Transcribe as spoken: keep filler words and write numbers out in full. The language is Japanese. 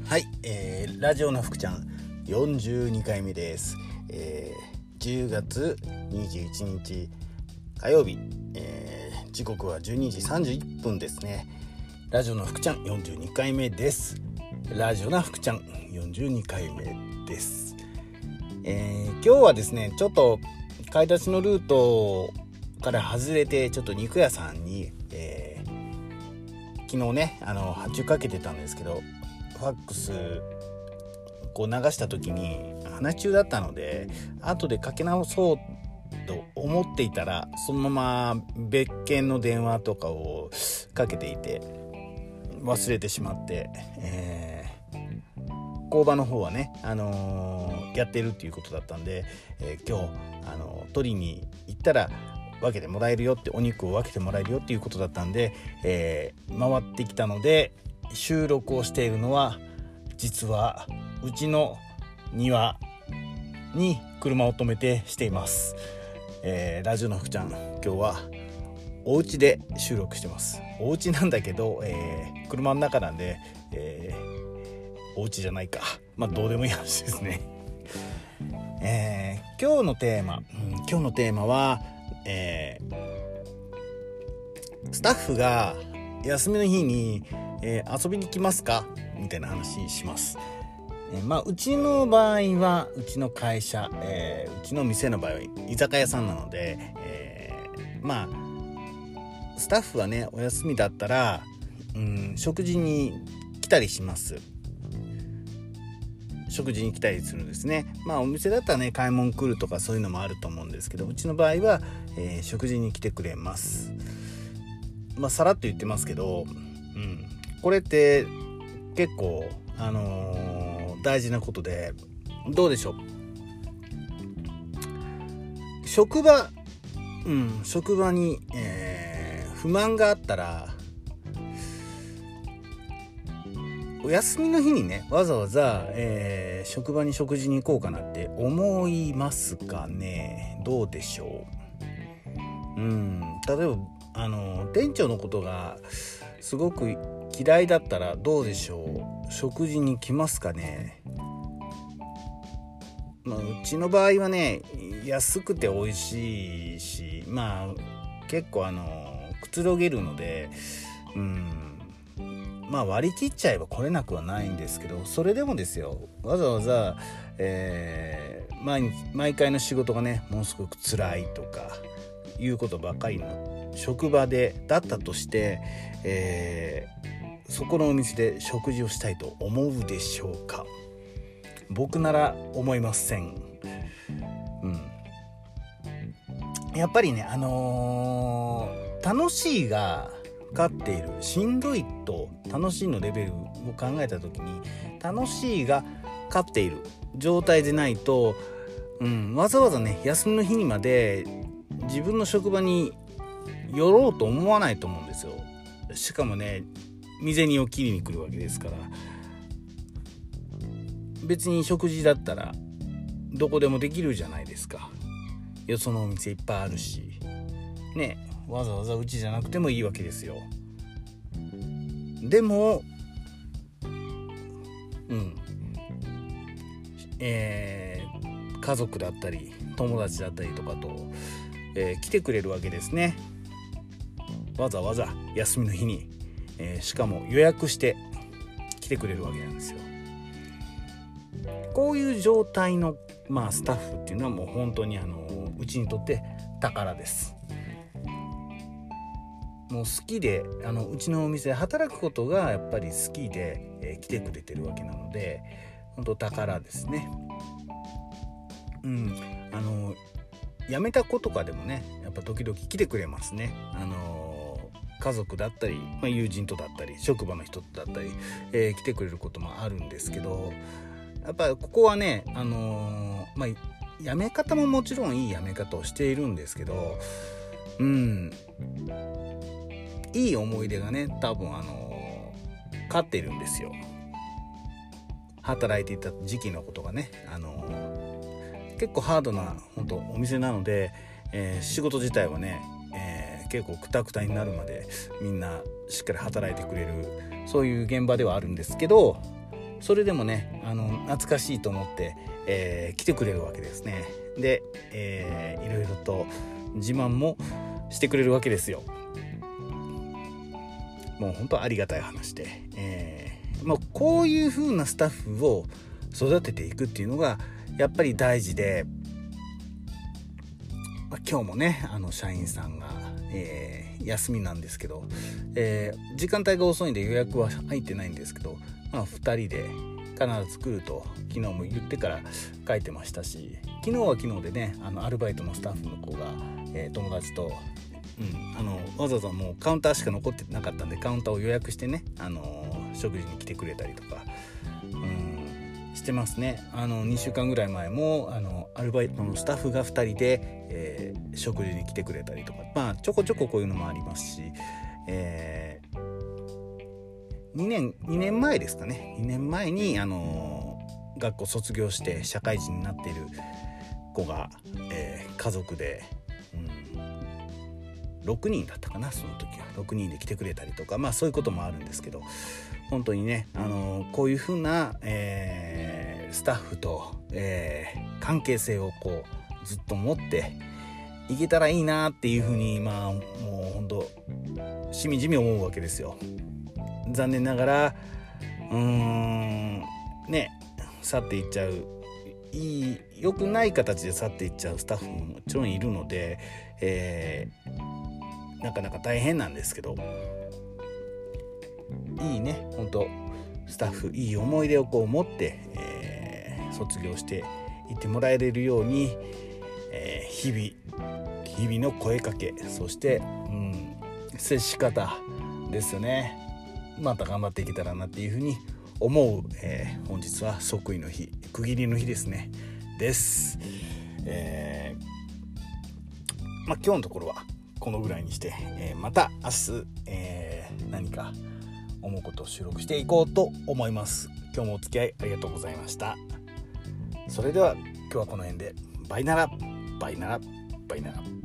はい、えー、ラジオの福ちゃんよんじゅうにかいめです。えー、じゅうがつにじゅういちにち火曜日、えー、時刻はじゅうにじさんじゅういっぷんですね。ラジオの福ちゃんよんじゅうにかいめです。ラジオの福ちゃんよんじゅうにかいめです。えー、今日はですね、ちょっと買い出しのルートから外れて、ちょっと肉屋さんに、えー、昨日ねあの発注かけてたんですけど、ファックスこう流した時に話し中だったので、後でかけ直そうと思っていたら、そのまま別件の電話とかをかけていて忘れてしまって、えー、工場の方はね、あのー、やってるっていうことだったんで、えー、今日、あのー、取りに行ったら分けてもらえるよって、お肉を分けてもらえるよっていうことだったんで、えー、回ってきたので、収録をしているのは実はうちの庭に車を止めてしています。えー、ラジオの福ちゃん、今日はお家で収録してます。お家なんだけど、えー、車の中なんで、えー、お家じゃないか、まあどうでもいい話ですね。えー、今日のテーマ、うん、今日のテーマは、えー、スタッフが休みの日にえー、遊びに来ますかみたいな話します。えー、まあうちの場合はうちの会社、えー、うちの店の場合は居酒屋さんなので、えー、まあスタッフはねお休みだったら、うん、食事に来たりします。食事に来たりするんですね。まあお店だったらね買い物来るとかそういうのもあると思うんですけど、うちの場合は、えー、食事に来てくれます。まあさらっと言ってますけど、うん、これって結構、あのー、大事なことで、どうでしょう。職場、うん、職場に、えー、不満があったら、お休みの日にね、わざわざ、えー、職場に食事に行こうかなって思いますかね。どうでしょう。うん、例えば、あの店長のことがすごく嫌いだったらどうでしょう。食事に来ますかね。まあ、うちの場合はね安くて美味しいし、まあ結構あのくつろげるので、うんまあ割り切っちゃえば来れなくはないんですけど、それでもですよ、わざわざ、えー、毎日毎回の仕事がねものすごく辛いとかいうことばかりの職場でだったとして、えー、そこのお店で食事をしたいと思うでしょうか。僕なら思いません。うん、やっぱりね、あのー、楽しいが勝っている、しんどいと楽しいのレベルを考えた時に楽しいが勝っている状態でないと、うん、わざわざね休みの日にまで自分の職場に寄ろうと思わないと思うんですよ。しかもね身銭を切りに来るわけですから、別に食事だったらどこでもできるじゃないですか。よそのお店いっぱいあるしね、わざわざうちじゃなくてもいいわけですよ。でもうんえー、家族だったり友達だったりとかと、えー、来てくれるわけですね。わざわざ休みの日に、えー、しかも予約して来てくれるわけなんですよ。こういう状態の、まあ、スタッフっていうのはもう本当にあのうちにとって宝です。もう好きであのうちのお店で働くことがやっぱり好きで、えー、来てくれてるわけなので本当宝ですね。うんあの辞めた子とかでもねやっぱ時々来てくれますね。あの家族だったり、まあ、友人とだったり職場の人とだったり、えー、来てくれることもあるんですけど、やっぱりここはね、あのー、まあ辞め方ももちろんいい辞め方をしているんですけど、うんいい思い出がね多分あのー、勝っているんですよ。働いていた時期のことがね、あのー、結構ハードな本当お店なので、えー、仕事自体はね、えー、結構クタクタになるまでみんなしっかり働いてくれるそういう現場ではあるんですけど、 それでもねあの懐かしいと思って、えー、来てくれるわけですね。で、えー、いろいろと自慢もしてくれるわけですよ。もう本当ありがたい話で、えーまあ、こういう風なスタッフを育てていくっていうのがやっぱり大事で、まあ、今日もねあの社員さんが、えー、休みなんですけど、えー、時間帯が遅いんで予約は入ってないんですけど、まあ、ふたりで必ず来ると昨日も言ってから書いてましたし、昨日は昨日でねあのアルバイトのスタッフの子が、えー、友達と、うん、あのわざわざもうカウンターしか残ってなかったんでカウンターを予約してね、あのー、食事に来てくれたりとか、うん、してますね。あのにしゅうかんぐらい前もあのアルバイトのスタッフがふたりで、えー、食事に来てくれたりとか、まあちょこちょここういうのもありますし、えー、2年にねんまえですかねにねんまえにあのー、学校卒業して社会人になっている子が、えー、家族で、うん、ろくにんだったかな、その時はろくにんで来てくれたりとか、まあそういうこともあるんですけど、本当にね、あのー、こういう風な、えー、スタッフと、えー、関係性をこうずっと持っていけたらいいなっていう風に、まあもう本当しみじみ思うわけですよ。残念ながらうーんね去っていっちゃう、いい良くない形で去っていっちゃうスタッフももちろんいるので、えー、なかなか大変なんですけど、いいね本当スタッフいい思い出をこう持って、えー、卒業していってもらえるように、えー、日々日々の声かけ、そして、うん、接し方ですよね。また頑張っていけたらなっていうふうに思う、えー、本日は即位の日、区切りの日ですねです、えーまあ、今日のところはこのぐらいにして、えー、また明日、えー、何か思うことを収録していこうと思います。今日もお付き合いありがとうございました。それでは今日はこの辺で、バイならバイならバイなら。